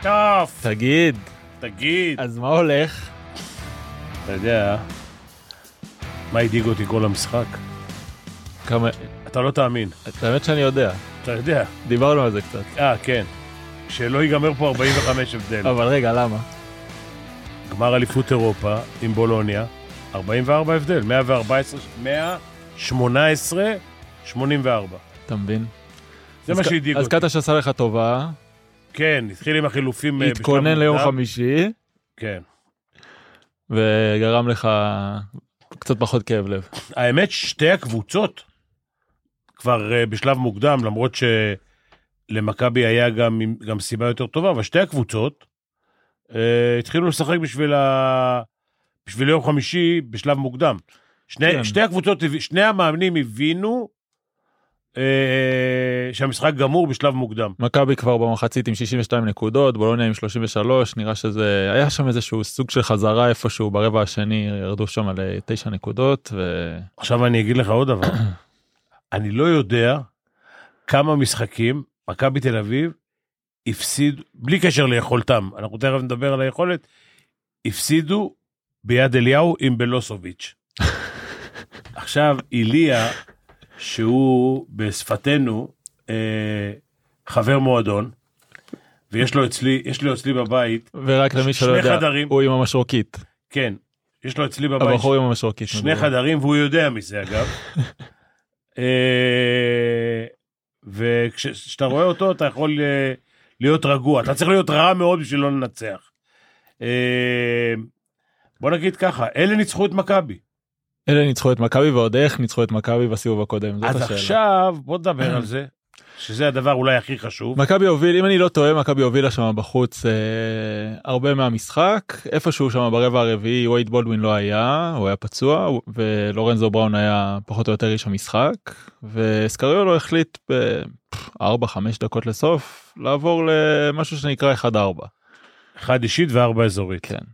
טוב. תגיד. אז מה הולך? אתה יודע, מה הדאיג אותי כל המשחק? כמה... אתה לא תאמין. האמת שאני יודע. אתה יודע. דיברנו על זה קצת. כן. שלא ייגמר פה 45 הבדל. אבל רגע, למה? גמר אליפות אירופה עם בולוניה, 44 הבדל, 118, 84. אתה מבין? זה מה שהדאיג אז אותי. קטש עשה לך טובה. כן, התחיל עם החילופים. התכונן ליום חמישי. כן. וגרם לך קצת פחות כאב לב. האמת, שתי הקבוצות כבר בשלב מוקדם, למרות שלמכבי היה גם סיבה יותר טובה, אבל שתי הקבוצות התחילו לשחק בשביל יום חמישי בשלב מוקדם. שתי הקבוצות, שני המאמנים הבינו שהמשחק גמור בשלב מוקדם. מכבי כבר במחצית עם 62 נקודות, בולוניה עם 33, נראה שזה, היה שם איזשהו סוג של חזרה איפשהו ברבע השני, ירדו שם על 9 נקודות. עכשיו אני אגיד לך עוד דבר, אני לא יודע כמה משחקים מכבי תל אביב הפסיד, בלי קשר ליכולתם, אנחנו תכף נדבר על היכולת, הפסידו ביד אליהו עם בלוסוביץ'. עכשיו איליה, שהוא בשפתנו חבר מועדון, ויש לו אצלי בבית, ורק למי שלא יודע, חדרים, הוא עם המשרוקית. כן, יש לו אצלי בבית הבחור עם המשרוקית. שני חדרים, והוא יודע מזה אגב. וכשאתה רואה אותו, אתה יכול להיות רגוע, אתה צריך להיות רע מאוד בשביל לא לנצח. בוא נגיד ככה, אלה ניצחו את מכבי. אלה ניצחו את מכבי, ועוד איך ניצחו את מכבי בסיבוב הקודם. אז עכשיו, בוא נדבר על זה, שזה הדבר אולי הכי חשוב. מכבי הוביל, אם אני לא טועה, מכבי הובילה שם בחוץ הרבה מהמשחק, איפשהו שם ברבע הרביעי, ווייד בולדווין לא היה, הוא היה פצוע, ולורנזו בראון היה פחות או יותר איש המשחק, וסקריולו החליט ב-4-5 דקות לסוף, לעבור למשהו שנקרא 1-4. 1 אישית ו4 אזורית. כן.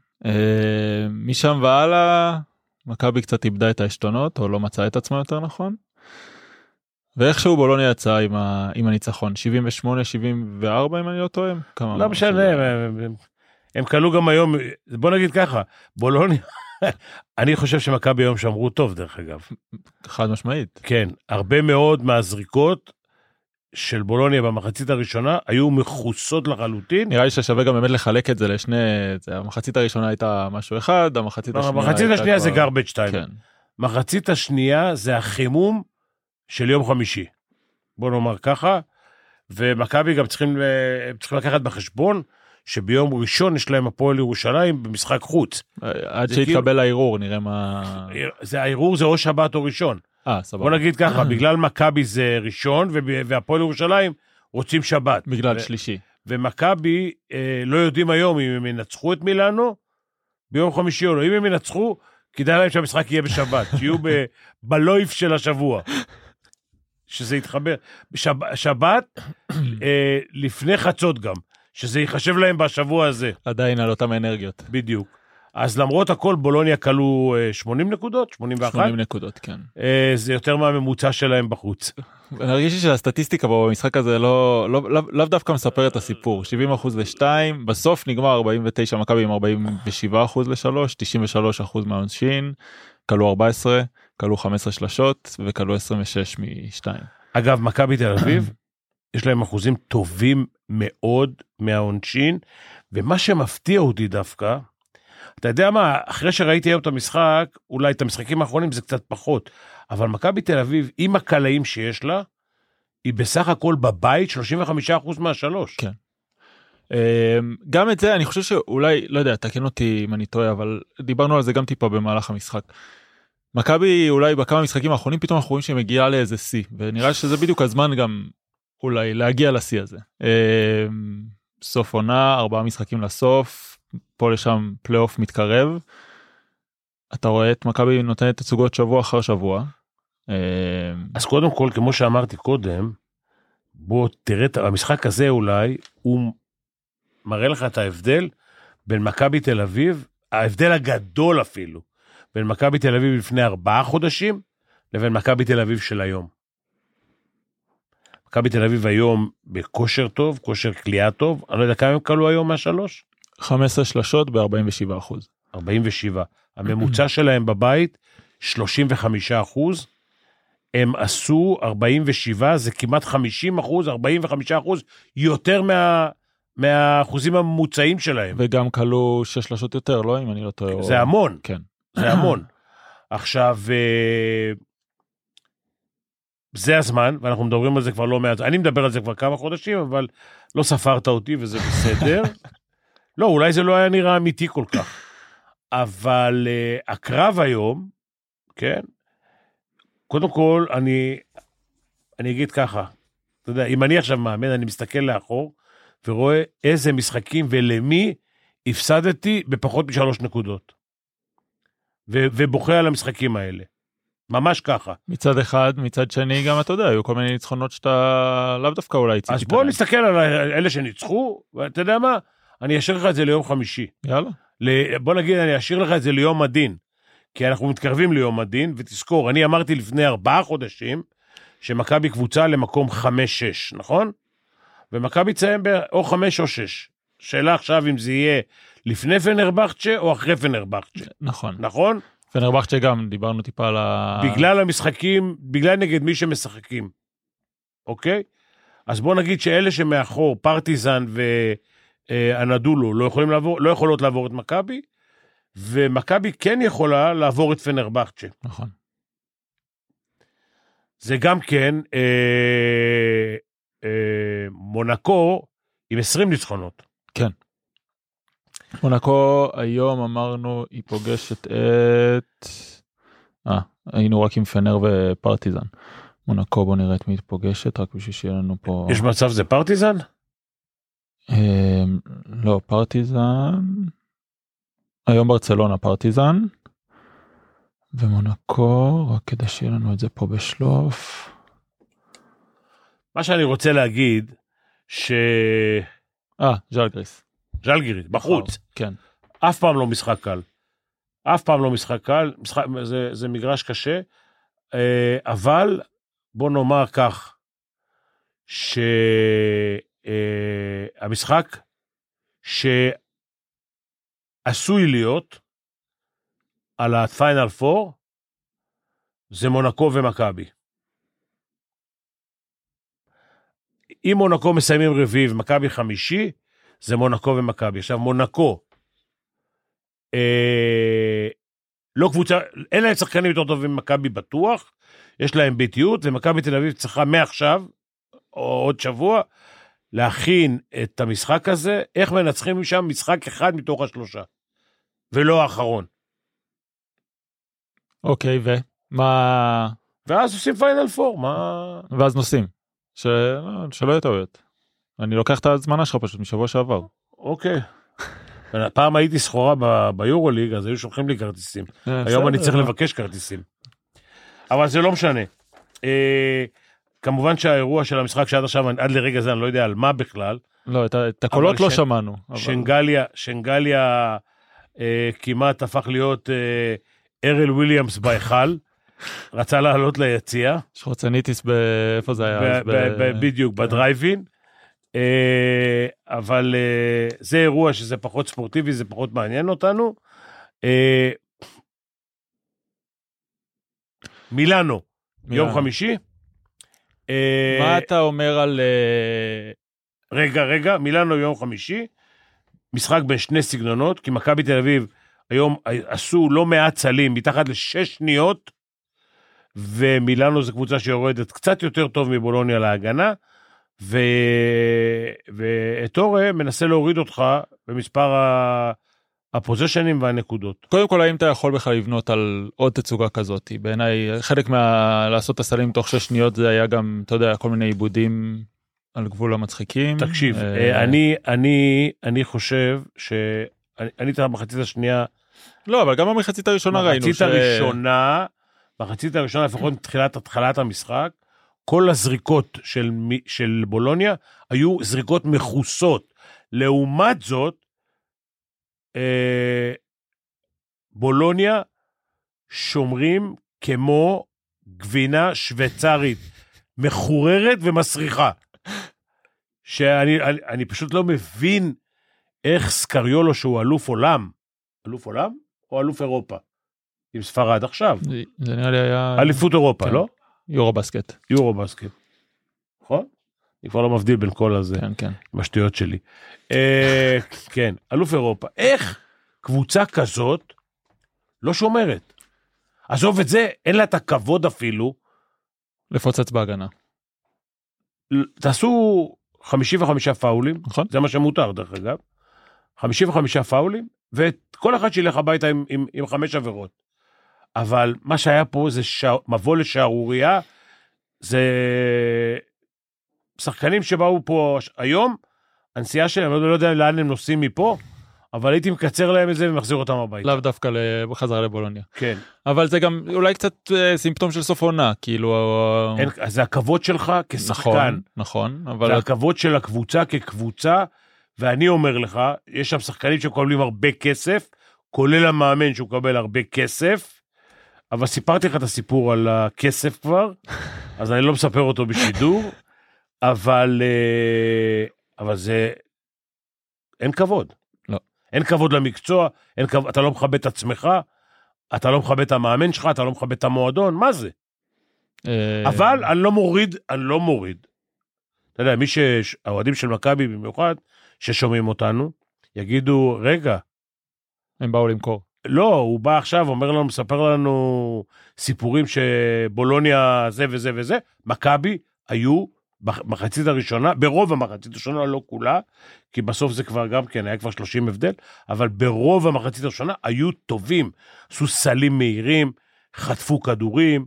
משם והלאה, מכבי קצת איבדה את העשתונות, או לא מצאה את עצמה יותר נכון. ואיכשהו בולוניה יצאה עם הניצחון, 78-74 אם אני לא טועה. לא משנה, הם קלו גם היום, בוא נגיד ככה, בולוניה, אני חושב שמכבי היום שמרו טוב דרך אגב. חד משמעית. כן, הרבה מאוד מהזריקות של בולוניה במחצית הראשונה היו מחוסות לחלוטין. נראה לי ששווה גם באמת לחלק את זה לשני, המחצית הראשונה הייתה משהו אחד, המחצית השנייה זה garbage time. כן. מחצית השנייה זה החימום של יום חמישי. בוא נאמר ככה, ומכבי גם צריכים לקחת בחשבון, שביום ראשון יש להם הפועל ירושלים במשחק חוץ. עד שהתקבל הערעור, נראה מה... הערעור זה או שבת או ראשון. סבבה. בוא נגיד ככה, בגלל מכבי זה ראשון, והפועל ירושלים רוצים שבת. בגלל שלישי. ומכבי לא יודעים היום אם הם ינצחו את מילאנו, ביום חמישי או לא. אם הם ינצחו, כדאי להם שהמשחק יהיה בשבת, שיהיו בלויף של השבוע. שזה יתחבר. שבת, לפני חצות גם, שזה ייחשב להם בשבוע הזה. עדיין על אותם האנרגיות. בדיוק. אז למרות הכל, בולוניה קלו 80 נקודות, 81. 80 נקודות, כן. זה יותר מהממוצע שלהם בחוץ. אני הרגיש שהסטטיסטיקה במשחק הזה לא דווקא מספר את הסיפור. 70% ל-2, בסוף נגמר 49, מכבי עם 47% ל-3, 93% מהעונשין, קלו 14, קלו 15 שלשות, וקלו 26 מ-2. אגב, מכבי תל אביב, יש להם אחוזים טובים מאוד מהעונשין, ומה שמפתיע אותי דווקא, אתה יודע מה, אחרי שראיתי היום את המשחק, אולי את המשחקים האחרונים זה קצת פחות, אבל מכבי תל אביב, עם הקלעים שיש לה, היא בסך הכל בבית 35% מהשלוש. כן. גם את זה, אני חושב שאולי, לא יודע, תקן אותי אם אני טועה, אבל דיברנו על זה גם טיפה במהלך המשחק. מכבי אולי בכמה משחקים האחרונים, פתאום אנחנו רואים שהיא מגיעה לאיזה שיא, ונראה שזה בדיוק הזמן גם אולי להגיע לשיא הזה. סוף עונה, 4 משחקים לסוף, פה לשם פלייאוף מתקרב, אתה רואה את מכבי נותנת תצוגות שבוע אחר שבוע. אז קודם כל, כמו שאמרתי קודם, בוא תראה, המשחק הזה אולי, הוא מראה לך את ההבדל בין מכבי תל אביב, ההבדל הגדול אפילו, בין מכבי תל אביב לפני 4 חודשים, לבין מכבי תל אביב של היום. מכבי תל אביב היום בכושר טוב, כושר קליעה טוב, אני לא יודע כמה הם קלו היום מהשלוש? 15 שלשות ב-47%. 47. הממוצע שלהם בבית, 35%. הם עשו 47, זה כמעט 50%, 45%, יותר מהאחוזים הממוצעים שלהם. וגם קלו 6 שלשות יותר, לא? אם אני לא טועה. זה המון. כן. זה המון. עכשיו, זה הזמן, ואנחנו מדברים על זה כבר לא מעט, אני מדבר על זה כבר כמה חודשים, אבל לא ספרת אותי וזה בסדר. לא, אולי זה לא היה נראה אמיתי כל כך. אבל הקרב היום, כן, קודם כל, אני אגיד ככה, אתה יודע, אם אני עכשיו מאמן, אני מסתכל לאחור, ורואה איזה משחקים ולמי הפסדתי בפחות מ3 נקודות. ובוכה על המשחקים האלה. ממש ככה. מצד אחד, מצד שני, גם אתה יודע, היו כל מיני ניצחונות שאתה לאו דווקא אולי ציפית. אז בוא נסתכל על אלה שניצחו, ואתה יודע מה? אני אשאיר לך את זה ליום חמישי. יאללה. בוא נגיד, אני אשאיר לך את זה ליום הדין, כי אנחנו מתקרבים ליום הדין, ותזכור, אני אמרתי לפני 4 חודשים, שמכבי קבוצה למקום 5-6, נכון? ומכבי תסיים או 5 או 6. שאלה עכשיו אם זה יהיה לפני פנרבחצ'ה או אחרי פנרבחצ'ה. נכון. נכון? פנרבחצ'ה גם, דיברנו טיפה על בגלל המשחקים, בגלל נגד מי שמשחקים. אוקיי? אז בוא נגיד שאלה שמאחור, פרטיזן ואנדולו, לא יכולות לעבור את מכבי, ומכבי כן יכולה לעבור את פנרבחצ'ה. נכון. זה גם כן מונקו עם 20 ניצחונות. כן. מונקו היום אמרנו היא פוגשת את... היינו רק עם פנר ופרטיזן. מונקו בוא נראה את מי פוגשת רק בשביל שיהיה לנו פה... יש מצב זה פרטיזן? לא, פרטיזן... היום ברצלונה פרטיזן. ומונקו, רק כדי שיהיה לנו את זה פה בשלוף. מה שאני רוצה להגיד, ז'לגריס. ז'לגיריס, בחוץ. כן. אף פעם לא משחק קל. אף פעם לא משחק קל, זה מגרש קשה, אבל בוא נאמר כך, שהמשחק שעשוי להיות, על הפיינל 4, זה מונקו ומכבי. אם מונקו מסיימים רביעי ומכבי חמישי, זה מונקו ומכבי. עכשיו, מונקו, לא קבוצה, אין להם שחקנים יותר טובים ממכבי בטוח, יש להם ביתיות, ומכבי תל אביב צריכה מעכשיו, או עוד שבוע, להכין את המשחק הזה, איך מנצחים משם משחק אחד מתוך 3, ולא האחרון. אוקיי, ומה... ואז עושים פיינל 4, מה... ואז נוסעים. שלא יהיה טעויות. אני לוקח את הזמנה שלך פשוט משבוע שעבר. אוקיי. פעם הייתי סחורה ביורוליג, אז היו שולחים לי כרטיסים. היום אני צריך לבקש כרטיסים. אבל זה לא משנה. כמובן שהאירוע של המשחק שעד עכשיו, עד לרגע זה אני לא יודע על מה בכלל. לא, את הקולות לא שמענו. שנגליה כמעט הפך להיות ארל וויליאמס בהיכל. רצה לעלות ליציאה. שחוצניטיס, איפה זה היה? בדיוק, בדרייבין. אבל זה אירוע שזה פחות ספורטיבי, זה פחות מעניין אותנו. מילאנו, יום חמישי. מה אתה אומר על... רגע, מילאנו יום חמישי, משחק בין 2 סגנונות, כי מכבי תל אביב היום עשו לא מעט צלים, מתחת ל6 שניות, ומילאנו זו קבוצה שיורדת קצת יותר טוב מבולוניה להגנה, ואתורה מנסה להוריד אותך במספר הפוזישנים והנקודות. קודם כל, האם אתה יכול בכלל לבנות על עוד תצוגה כזאת? בעיניי, חלק לעשות את הסלים תוך 6 שניות, זה היה גם, אתה יודע, כל מיני עיבודים על גבול המצחיקים. תקשיב, אני חושב אני אתן במחצית השנייה. לא, אבל גם במחצית הראשונה ראינו. במחצית הראשונה, לפחות התחלת המשחק, כל הזריקות של בולוניה היו זריקות מחוסות. לעומת זאת, בולוניה שומרים כמו גבינה שוויצרית, מחוררת ומסריחה. שאני פשוט לא מבין איך סקריולו שהוא אלוף עולם, אלוף עולם או אלוף אירופה? עם ספרד עכשיו. זה נראה לי היה... אליפות אירופה, כן. לא? יורובסקט. יורובסקט. נכון? אני כבר לא מבדיל בין כל הזה. כן, כן. עם השטויות שלי. כן, אלוף אירופה. איך קבוצה כזאת לא שומרת? עזוב את זה, אין לה את הכבוד אפילו. לפוצץ בהגנה. תעשו 55 פאולים, נכון. זה מה שמותר דרך אגב. 55 פאולים, וכל אחד שילך הביתה עם 5 עבירות. אבל מה שהיה פה זה מבוא לשערוריה, זה שחקנים שבאו פה היום, הנסיעה שלהם, אני לא יודע לאן הם נוסעים מפה, אבל הייתי מקצר להם את זה ומחזיר אותם הביתה. לאו דווקא בחזרה לבולוניה. כן. אבל זה גם אולי קצת סימפטום של סוף עונה, כאילו... זה הכבוד שלך כשחקן. נכון, אבל... זה הכבוד של הקבוצה כקבוצה, ואני אומר לך, יש שם שחקנים שמקבלים הרבה כסף, כולל המאמן שהוא מקבל הרבה כסף, אבל סיפרתי לך את הסיפור על הכסף כבר, אז אני לא מספר אותו בשידור, אבל זה... אין כבוד. לא. אין כבוד למקצוע, אתה לא מכבד את עצמך, אתה לא מכבד את המאמן שלך, אתה לא מכבד את המועדון, מה זה? אבל אני לא מוריד. אתה יודע, האוהדים של מכבי במיוחד, ששומעים אותנו, יגידו, רגע. הם באו למכור. לא, הוא בא עכשיו, מספר לנו סיפורים שבולוניה זה וזה וזה, מכבי היו במחצית הראשונה, ברוב המחצית הראשונה, לא כולה, כי בסוף זה כבר גם כן, היה כבר 30 הבדל, אבל ברוב המחצית הראשונה היו טובים, עשו סלים מהירים, חטפו כדורים,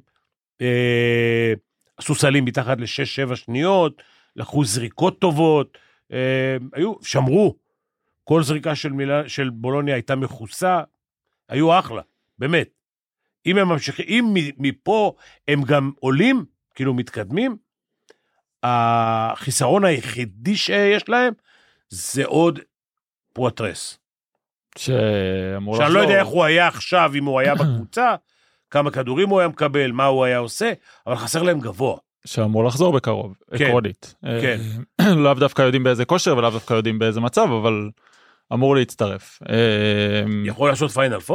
עשו סלים מתחת ל-6-7 שניות, לקחו זריקות טובות, שמרו, כל זריקה של בולוניה הייתה מחוסה, היו אחלה, באמת. אם הם ממשיכים, אם מפה הם גם עולים, כאילו מתקדמים, החיסרון היחידי שיש להם, זה עוד פואטרס. שאני לא יודע איך הוא היה עכשיו, אם הוא היה בקבוצה, כמה כדורים הוא היה מקבל, מה הוא היה עושה, אבל חסר להם גבוה. שאמור לחזור בקרוב, עקרונית. כן. לאו דווקא יודעים באיזה כושר, ולאו דווקא יודעים באיזה מצב, אבל אמור להצטרף. יכול לעשות פיינל 4?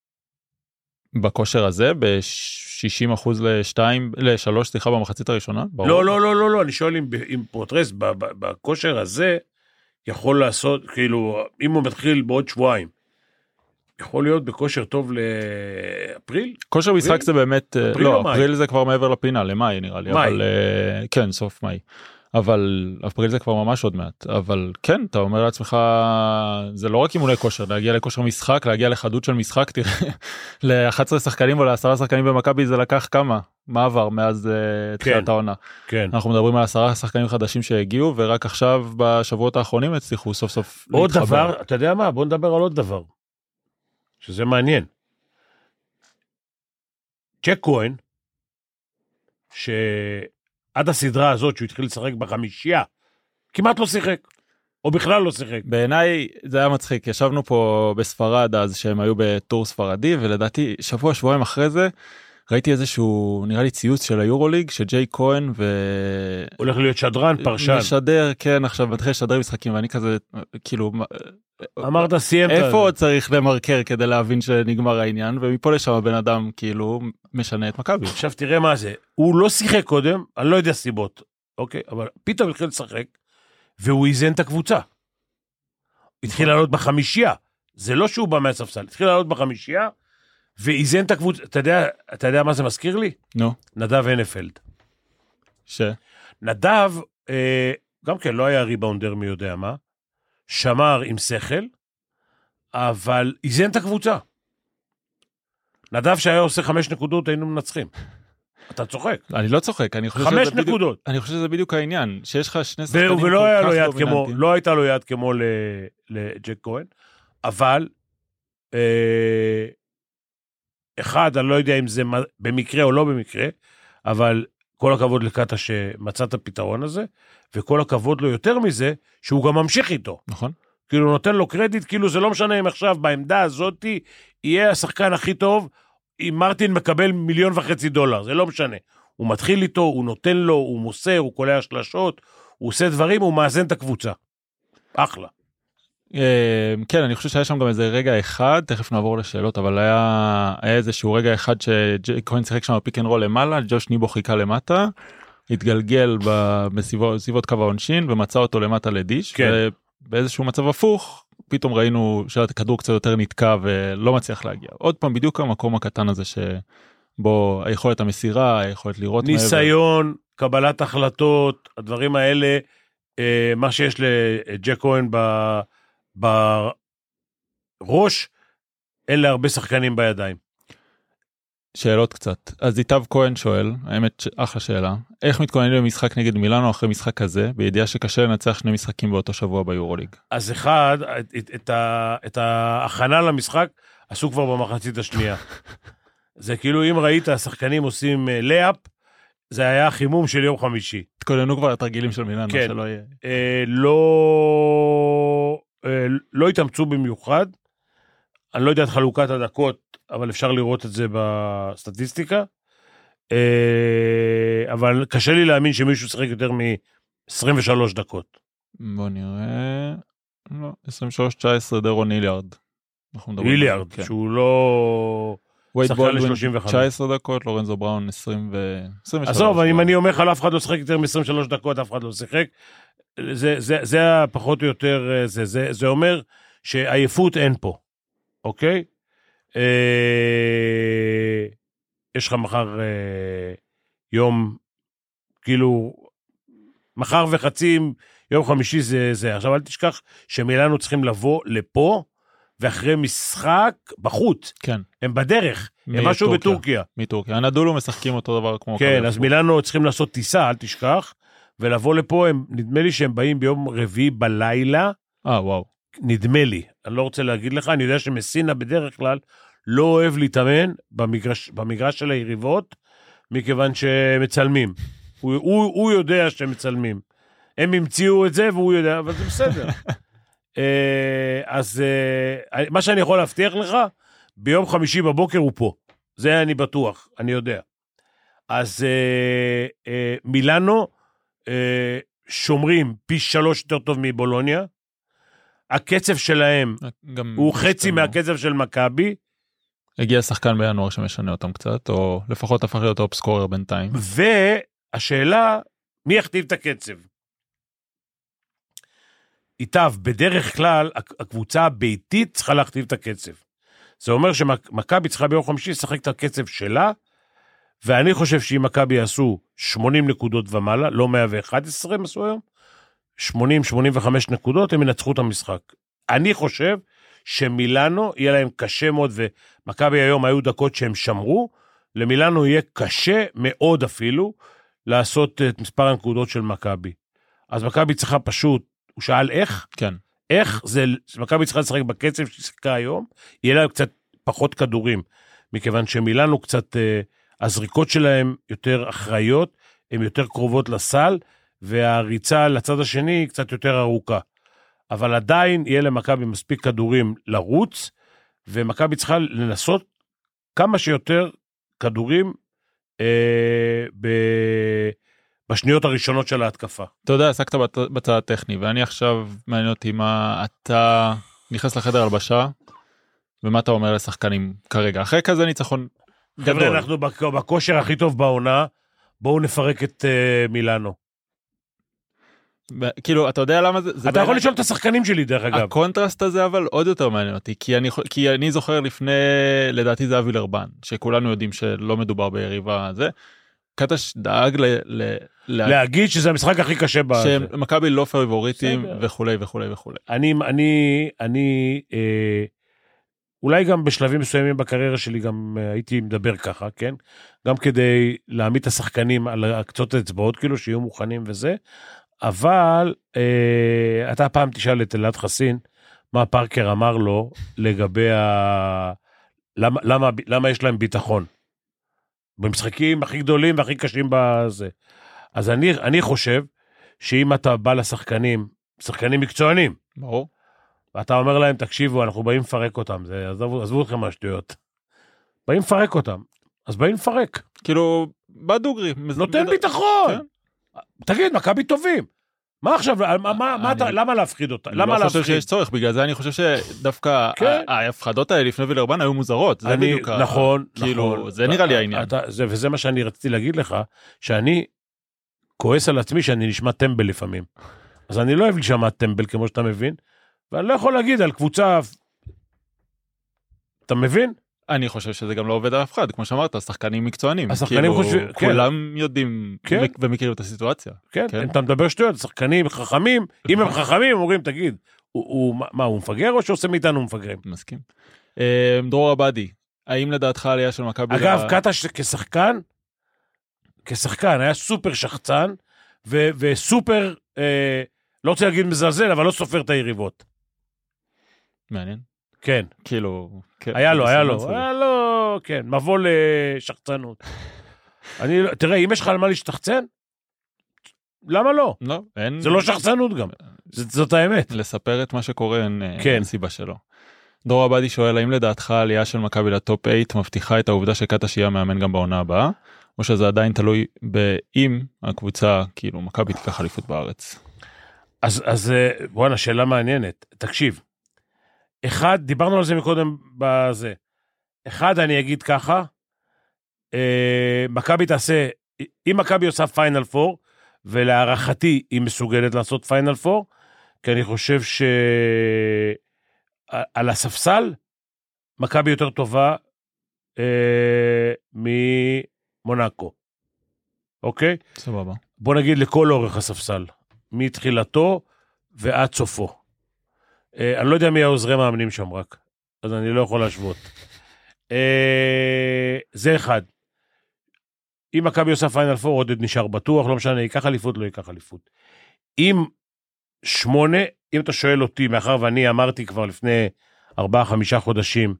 בכושר הזה, ב-60% ל-3, סליחה, במחצית הראשונה? לא, אני שואל אם פורטרס בכושר הזה יכול לעשות, כאילו, אם הוא מתחיל בעוד שבועיים, יכול להיות בכושר טוב לאפריל? כושר משחק זה באמת, לא, אפריל זה כבר מעבר לפינה, למאי נראה לי, אבל כן, סוף מאי. אבל אפריל זה כבר ממש עוד מעט, אבל כן, אתה אומר לעצמך, זה לא רק אימוני כושר, להגיע לכושר משחק, להגיע לחדות של משחק, תראה, ל-11 שחקנים או ל10 שחקנים במכבי זה לקח כמה? מה עבר מאז תחילת העונה? כן. אנחנו מדברים על 10 שחקנים חדשים שהגיעו, ורק עכשיו בשבועות האחרונים הצליחו סוף סוף להתחבר. עוד דבר, אתה יודע מה? בוא נדבר על עוד דבר, שזה מעניין. צ'ק כהן, עד הסדרה הזאת שהוא התחיל לשחק בחמישייה, כמעט לא שיחק, או בכלל לא שיחק. בעיניי זה היה מצחיק, ישבנו פה בספרד אז שהם היו בטור ספרדי, ולדעתי שבועיים אחרי זה, ראיתי איזשהו, נראה לי ציוץ של היורוליג, שג'יי כהן הולך להיות שדרן, פרשן. משדר, כן, עכשיו מתחיל לשדר משחקים, ואני כזה, כאילו... אמרת, סיימת. איפה עוד צריך למרקר כדי להבין שנגמר העניין, ומפה לשם הבן אדם כאילו משנה את מכבי. עכשיו תראה מה זה, הוא לא שיחק קודם, אני לא יודע סיבות, אוקיי, אבל פתאום התחיל לשחק, והוא איזן את הקבוצה. התחיל לעלות בחמישייה, זה לא שהוא בא מהספסל, התחיל לעלות בחמישייה, ואיזן את הקבוצה, אתה יודע מה זה מזכיר לי? נו. נדב הנפלד. נדב, גם כן לא היה ריבאונדר מי יודע מה, שמר עם שכל, אבל איזן את הקבוצה. נדב שהיה עושה 5 נקודות, היינו מנצחים. אתה צ'וחק. אני לא צוחק, אני חושב 5 נקודות. אני חושב שזה בדיוק העניין, שיש לך שני שחקנים ולא היה לו יד כמו, לא הייתה לו יד כמו לג'ק כהן, אבל אחד, אני לא יודע אם זה במקרה או לא במקרה, אבל כל הכבוד לקטע שמצא את הפתרון הזה, וכל הכבוד לו יותר מזה, שהוא גם ממשיך איתו. נכון. כאילו נותן לו קרדיט, כאילו זה לא משנה אם עכשיו בעמדה הזאת יהיה השחקן הכי טוב, אם מרטין מקבל $1.5 מיליון, זה לא משנה. הוא מתחיל איתו, הוא נותן לו, הוא מוסר, הוא קולע שלשות, הוא עושה דברים, הוא מאזן את הקבוצה. אחלה. כן, אני חושב שהיה שם גם איזה רגע אחד, תכף נעבור לשאלות, אבל היה איזשהו רגע אחד שכהן שיחק שם בפיק אנד רול למעלה, ג'וש ניבו חיכה למטה, התגלגל בסביבות קו העונשין, ומצא אותו למטה לדיש, ובאיזשהו מצב הפוך, פתאום ראינו שהכדור קצת יותר נתקע ולא מצליח להגיע. עוד פעם, בדיוק המקום הקטן הזה שבו היכולת המסירה, היכולת לראות ניסיון, קבלת החלטות, הדברים האלה, מה שיש לג'ק כהן בראש, אין לה הרבה שחקנים בידיים. שאלות קצת. אז איתב כהן שואל, האמת אחלה שאלה, איך מתכוננים למשחק נגד מילאנו אחרי משחק כזה, בידיעה שקשה לנצח 2 משחקים באותו שבוע ביורוליג? אז אחד, את ההכנה למשחק עשו כבר במחצית השנייה. זה כאילו אם ראית השחקנים עושים לאפ, זה היה חימום של יום חמישי. תכוננו כבר לתרגילים של מילאנו, כן. שלא יהיה. לא התאמצו במיוחד, אני לא יודע את חלוקת הדקות, אבל אפשר לראות את זה בסטטיסטיקה, אבל קשה לי להאמין שמישהו שחק יותר מ-23 דקות. בוא נראה, לא, 23-19 דרון היליארד. היליארד, שהוא לא... וייד בולדווין 19 דקות, לורנזו בראון 23. עזוב, אם אני אומר לך, אף אחד לא שחק יותר מ-23 דקות, אף אחד לא שחק, זה פחות או יותר, זה אומר שעייפות אין פה, אוקיי? יש לך מחר יום, כאילו, מחר וחצים, יום חמישי זה. עכשיו אל תשכח שמילאנו צריכים לבוא לפה, ואחרי משחק בחוץ. כן. הם בדרך, הם משהו בטורקיה. מטורקיה. הנדולו משחקים אותו דבר כמו... כן, אז מילאנו צריכים לעשות טיסה, אל תשכח, ולבוא לפה, נדמה לי שהם באים ביום רביעי בלילה. וואו. נדמה לי, אני לא רוצה להגיד לך, אני יודע שמסינה בדרך כלל לא אוהב להתאמן במגרש של היריבות, מכיוון שמצלמים. הוא יודע שמצלמים. הם המציאו את זה והוא יודע, אבל זה בסדר. אז מה שאני יכול להבטיח לך, ביום חמישי בבוקר הוא פה. זה אני בטוח, אני יודע. אז מילאנו שומרים פי 3 יותר טוב מבולוניה, הקצב שלהם הוא חצי מהקצב של מכבי. הגיע שחקן בינואר שמשנה אותם קצת, או לפחות הפך להיות טופ סקורר בינתיים. והשאלה, מי יכתיב את הקצב? איתב, בדרך כלל, הקבוצה הביתית צריכה להכתיב את הקצב. זה אומר שמכבי צריכה ביום חמישי לשחק את הקצב שלה, ואני חושב שאם מכבי יעשו 80 נקודות ומעלה, לא 111 הם עשו היום, 80-85 נקודות, הם ינצחו את המשחק. אני חושב שמילאנו יהיה להם קשה מאוד, ומכבי היום היו דקות שהם שמרו, למילאנו יהיה קשה מאוד אפילו, לעשות את מספר הנקודות של מכבי. אז מכבי צריכה פשוט, הוא שאל איך? כן. איך זה, מכבי צריכה לשחק בקצב ששיחקה היום, יהיה להם קצת פחות כדורים, מכיוון שמילאנו קצת, הזריקות שלהם יותר אחראיות, הן יותר קרובות לסל, והריצה לצד השני קצת יותר ארוכה. אבל עדיין יהיה למכבי מספיק כדורים לרוץ, ומכבי צריכה לנסות כמה שיותר כדורים בשניות הראשונות של ההתקפה. אתה יודע, עסקת בצד הטכני, ואני עכשיו מעניין אותי מה אתה נכנס לחדר הלבשה, ומה אתה אומר לשחקנים כרגע. אחרי כזה ניצחון גדול. חבר'ה, אנחנו בכושר הכי טוב בעונה, בואו נפרק את מילאנו. כאילו, אתה יודע למה זה... אתה יכול לשאול את השחקנים שלי, דרך אגב. הקונטרסט הזה אבל עוד יותר מעניין אותי, כי אני זוכר לפני, לדעתי זה אבי לרבן, שכולנו יודעים שלא מדובר ביריבה הזה, קטש דאג להגיד שזה המשחק הכי קשה בזה. שמכבי לא פייבוריטים וכולי וכולי וכולי. אני אולי גם בשלבים מסוימים בקריירה שלי גם הייתי מדבר ככה, כן? גם כדי להעמיד את השחקנים על קצות האצבעות, כאילו שיהיו מוכנים וזה, אבל אתה פעם תשאל את אלעד חסין, מה פארקר אמר לו לגבי למה יש להם ביטחון? במשחקים הכי גדולים והכי קשים בזה. אז אני חושב שאם אתה בא לשחקנים, שחקנים מקצוענים, ברור. ואתה אומר להם, תקשיבו, אנחנו באים לפרק אותם, עזבו אתכם מהשטויות. באים לפרק אותם, אז באים לפרק. כאילו, בדוגרי. נותן ביטחון. כן. תגיד, מכבי טובים. מה עכשיו, למה להפחיד אותה? אני לא חושב שיש צורך, בגלל זה אני חושב שדווקא ההפחדות האלה לפני וילרבן היו מוזרות. זה בדיוק. נכון. כאילו, זה נראה לי העניין. וזה מה שאני רציתי להגיד לך, שאני כועס על עצמי שאני נשמע טמבל לפעמים. אז אני לא אוהב לשמע טמבל כמו שאתה מבין, ואני לא יכול להגיד על קבוצה, אתה מבין? אני חושב שזה גם לא עובד על אף אחד, כמו שאמרת, השחקנים מקצוענים. השחקנים חושבים, כן. כולם יודעים ומכירים את הסיטואציה. כן, אתה מדבר שטויות, שחקנים חכמים, אם הם חכמים, אומרים, תגיד, מה, הוא מפגר או שעושה מאיתנו מפגרים? מסכים. דרור עבדי, האם לדעתך העלייה של מכבי... אגב, קטש כשחקן, היה סופר שחצן, וסופר, לא רוצה להגיד מזלזל, אבל לא סופר את היריבות. מעניין. כן. כאילו... היה לו, כן, מבוא לשחצנות. תראה, אם יש לך על מה להשתחצן, למה לא? לא, אין... זה לא שחצנות גם, זאת האמת. לספר את מה שקורה, אין סיבה שלא. דרור עבדי שואל, האם לדעתך העלייה של מכבי לטופ 8 מבטיחה את העובדה שקטש יהיה מאמן גם בעונה הבאה, או שזה עדיין תלוי באם הקבוצה, כאילו, מכבי תיקח אליפות בארץ? אז בואנה, שאלה מעניינת. תקשיב. אחד, דיברנו על זה מקודם בזה. אחד, אני אגיד ככה, מכבי תעשה, אם מכבי עושה פיינל 4, ולהערכתי היא מסוגלת לעשות פיינל 4, כי אני חושב שעל הספסל, מכבי יותר טובה ממונקו. אוקיי? סבבה. בוא נגיד לכל אורך הספסל, מתחילתו ועד סופו. אני לא יודע מי העוזרי מאמנים שם רק, אז אני לא יכול להשוות. זה אחד. אם מכבי עושה פיינל 4, עודד נשאר בטוח, לא משנה, ייקח אליפות, לא ייקח אליפות. אם 8, אם אתה שואל אותי, מאחר ואני אמרתי כבר לפני 4-5 חודשים,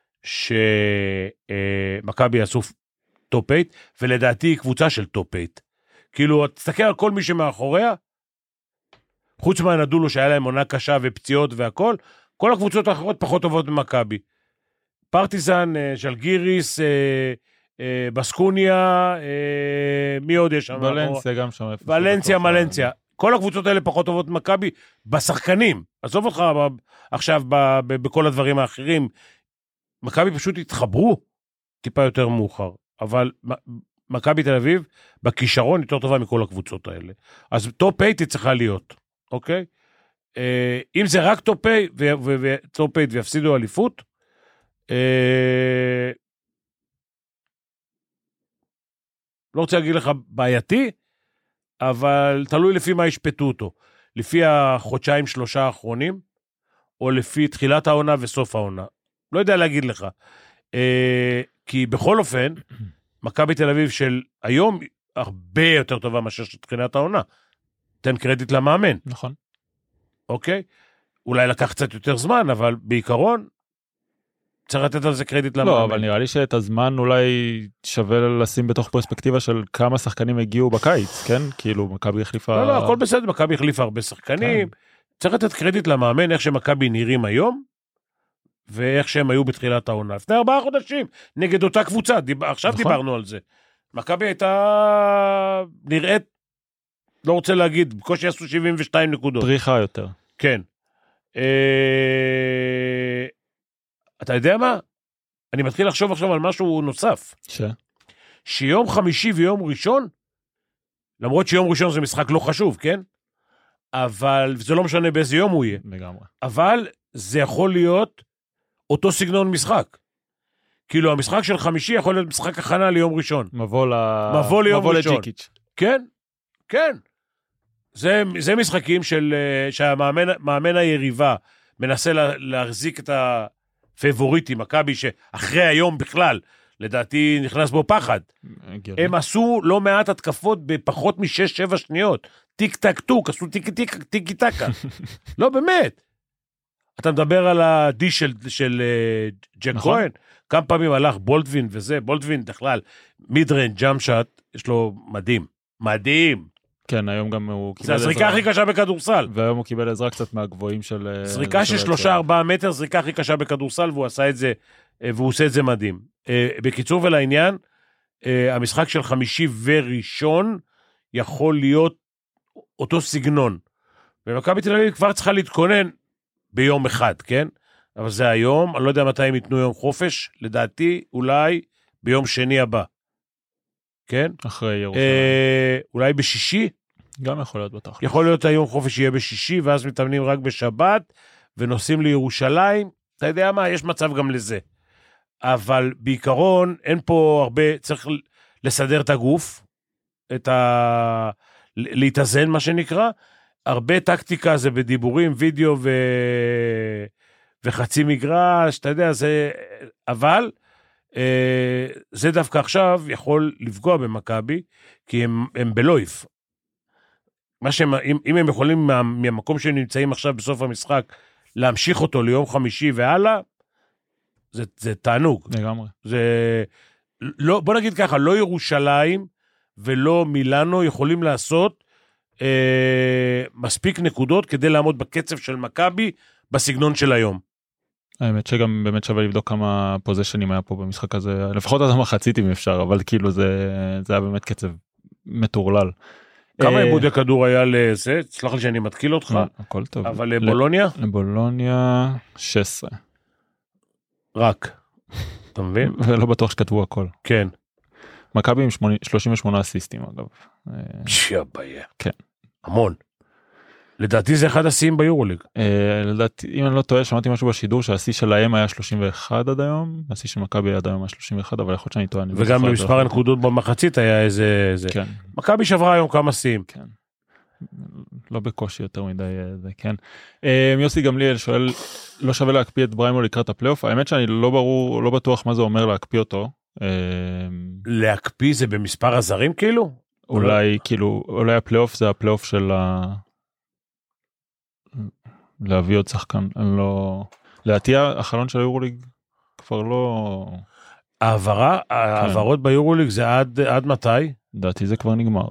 שמכבי יעשו טופ 8, ולדעתי היא קבוצה של טופ 8. כאילו, תסתכל על כל מי שמאחוריה, חוץ מהנדולו שהיה להם עונה קשה ופציעות והכל, כל הקבוצות האחרות פחות טובות ממכבי. פרטיזן, שלגיריס, בסקוניה, מי עוד יש שם? ולנסיה גם שם. ולנסיה, מלנסיה. כל הקבוצות האלה פחות טובות ממכבי בשחקנים. עזוב אותך עכשיו בכל הדברים האחרים. מכבי פשוט התחברו טיפה יותר מאוחר. אבל מכבי תל אביב בכישרון יותר טובה מכל הקבוצות האלה. אז טופ 8 היא צריכה להיות. אוקיי? אם זה רק טופ 8 ויפסידו אליפות, לא רוצה להגיד לך בעייתי, אבל תלוי לפי מה ישפטו אותו. לפי החודשיים 3 האחרונים, או לפי תחילת העונה וסוף העונה. לא יודע להגיד לך. כי בכל אופן, מכבי תל אביב של היום, הרבה יותר טובה מאשר של תחילת העונה. תן קרדיט למאמן. נכון. אוקיי? אולי לקח קצת יותר זמן, אבל בעיקרון, צריך לתת על זה קרדיט למאמן. לא, אבל נראה לי שאת הזמן אולי שווה לשים בתוך פרספקטיבה של כמה שחקנים הגיעו בקיץ, כן? כאילו, מכבי החליפה... לא, הכל בסדר, מכבי החליפה הרבה שחקנים. צריך לתת קרדיט למאמן, איך שמכבי נראים היום, ואיך שהם היו בתחילת העונה. לפני 4 חודשים, נגד אותה קבוצה, עכשיו דיברנו על זה. מכבי הייתה נראית, לא רוצה להגיד, בקושי עשו 72 נקודות. פריחה יותר. כן. אתה יודע מה? אני מתחיל לחשוב עכשיו על משהו נוסף. שיום חמישי ויום ראשון, למרות שיום ראשון זה משחק לא חשוב, כן? אבל זה לא משנה באיזה יום הוא יהיה. לגמרי. אבל זה יכול להיות אותו סגנון משחק. כאילו המשחק של חמישי יכול להיות משחק הכנה ליום ראשון. מבוא ליום ראשון. לג'יקיץ'. כן, כן. זה משחקים שהמאמן היריבה מנסה להחזיק את הפייבוריטים, מכבי שאחרי היום בכלל, לדעתי נכנס בו פחד. הם עשו לא מעט התקפות בפחות מ6-7 שניות. טיק טק טוק, עשו טיקי טקה. לא, באמת. אתה מדבר על הדי של ג'ק כהן, כמה פעמים הלך בולדווין וזה, בולדווין בכלל, מידרן, ג'אמפ שוט, יש לו מדהים. מדהים. כן, היום גם הוא קיבל עזרה. זה הזריקה הכי קשה בכדורסל. והיום הוא קיבל עזרה קצת מהגבוהים של... זריקה של 3-4 מטר, זריקה הכי קשה בכדורסל, והוא עשה את זה, והוא עושה את זה מדהים. בקיצור ולעניין, המשחק של חמישי וראשון יכול להיות אותו סגנון. ומכבי תל אביב כבר צריכה להתכונן ביום אחד, כן? אבל זה היום, אני לא יודע מתי הם ייתנו יום חופש, לדעתי אולי ביום שני הבא. כן? אחרי ירושלים. אולי בשישי? גם יכול להיות בטח. יכול להיות היום חופש יהיה בשישי, ואז מתאמנים רק בשבת, ונוסעים לירושלים. אתה יודע מה? יש מצב גם לזה. אבל בעיקרון, אין פה הרבה, צריך לסדר את הגוף, להתאזן מה שנקרא, הרבה טקטיקה זה בדיבורים, וידאו וחצי מגרש, אתה יודע, זה, אבל זה דווקא עכשיו יכול לפגוע במכבי, כי הם בלויף. אם הם יכולים מהמקום שהם נמצאים עכשיו בסוף המשחק, להמשיך אותו ליום חמישי והלאה, זה תענוג. לגמרי. לא, בוא נגיד ככה, לא ירושלים ולא מילאנו יכולים לעשות מספיק נקודות כדי לעמוד בקצב של מכבי בסגנון של היום. האמת שגם באמת שווה לבדוק כמה פוזיישנים היה פה במשחק הזה, לפחות עד המחצית אם אפשר, אבל כאילו זה היה באמת קצב מטורלל. כמה עיבודי כדור היה לזה? סלח לי שאני מתקיל אותך. הכל טוב. אבל לבולוניה? לבולוניה 16. רק. אתה מבין? ולא בטוח שכתבו הכל. כן. מכבי עם 38 אסיסטים אגב. שיהיה. כן. המון. לדעתי זה אחד השיאים ביורוליג. לדעתי, אם אני לא טועה, שמעתי משהו בשידור שהשיא שלהם היה 31 עד היום, השיא של מכבי עד היום היה 31, אבל יכול להיות שאני טועה. וגם במספר הנקודות במחצית היה איזה... כן. מכבי שברה היום כמה שיאים. כן. לא בקושי יותר מדי זה, כן. יוסי גמליאל שואל, לא שווה להקפיא את בריימו לקראת הפלייאוף? האמת שאני לא בטוח מה זה אומר להקפיא אותו. להקפיא זה במספר הזרים כאילו? אולי כאילו, אולי הפלייאוף זה הפלייאוף של להביא עוד שחקן, אני לא... לדעתי החלון של היורוליג כבר לא... העברות ביורוליג זה עד מתי? לדעתי זה כבר נגמר.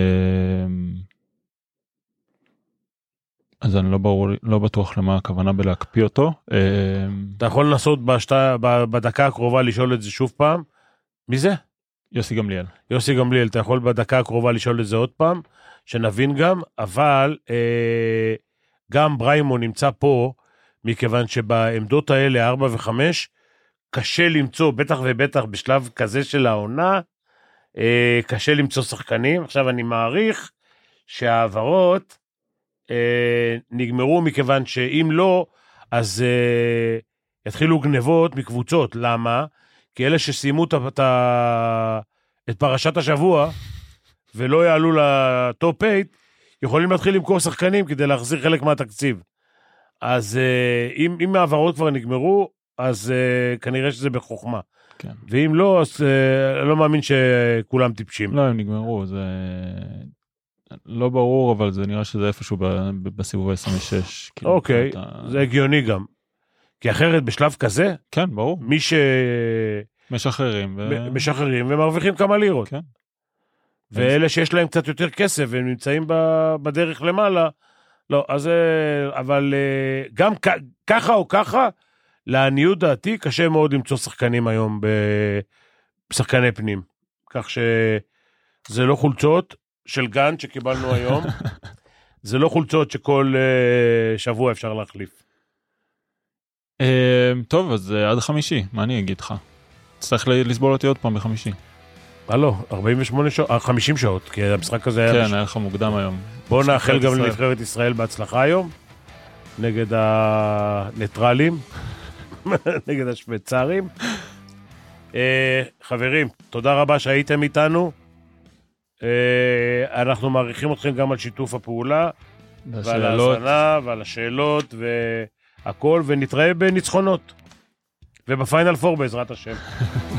אז אני לא בטוח למה הכוונה בלהקפיא אותו. אתה יכול לנסות בדקה הקרובה לשאול את זה שוב פעם? מי זה? יוסי גמליאל. יוסי גמליאל, אתה יכול בדקה הקרובה לשאול את זה עוד פעם, שנבין גם, אבל גם בריימו נמצא פה, מכיוון שבעמדות האלה 4 ו-5, קשה למצוא, בטח ובטח בשלב כזה של העונה, קשה למצוא שחקנים. עכשיו אני מעריך שהעברות נגמרו, מכיוון שאם לא, אז יתחילו גנבות מקבוצות. למה? כי אלה שסיימו את פרשת השבוע, ולא יעלו לטופ 8, יכולים להתחיל למכור שחקנים כדי להחזיר חלק מהתקציב. אז אם העברות כבר נגמרו, אז כנראה שזה בחוכמה. כן. ואם לא, אז לא מאמין שכולם טיפשים. לא, הם נגמרו, זה לא ברור, אבל זה נראה שזה איפשהו בסיבוב ה-26. אוקיי, זה הגיוני גם. כי אחרת בשלב כזה, כן, ברור. מי משחררים משחררים ומרוויחים כמה לירות. כן. ואלה שיש להם קצת יותר כסף, והם נמצאים בדרך למעלה, לא, אז, אבל גם ככה או ככה, לעניות דעתי, קשה מאוד למצוא שחקנים היום בשחקני פנים. כך שזה לא חולצות של גן שקיבלנו היום, זה לא חולצות שכל שבוע אפשר להחליף. טוב, אז עד חמישי, מה אני אגיד לך? צריך לסבול אותי עוד פעם בחמישי. לא, 48 שעות, 50 שעות, כי המשחק הזה היה... כן, היה לך מוקדם היום. בואו נאחל גם לנבחרת ישראל בהצלחה היום, נגד הניטרלים, נגד השוויצרים. חברים, תודה רבה שהייתם איתנו. אנחנו מעריכים אתכם גם על שיתוף הפעולה, ועל ההזנה, ועל השאלות, והכל, ונתראה בניצחונות. ובפיינל 4 בעזרת השם.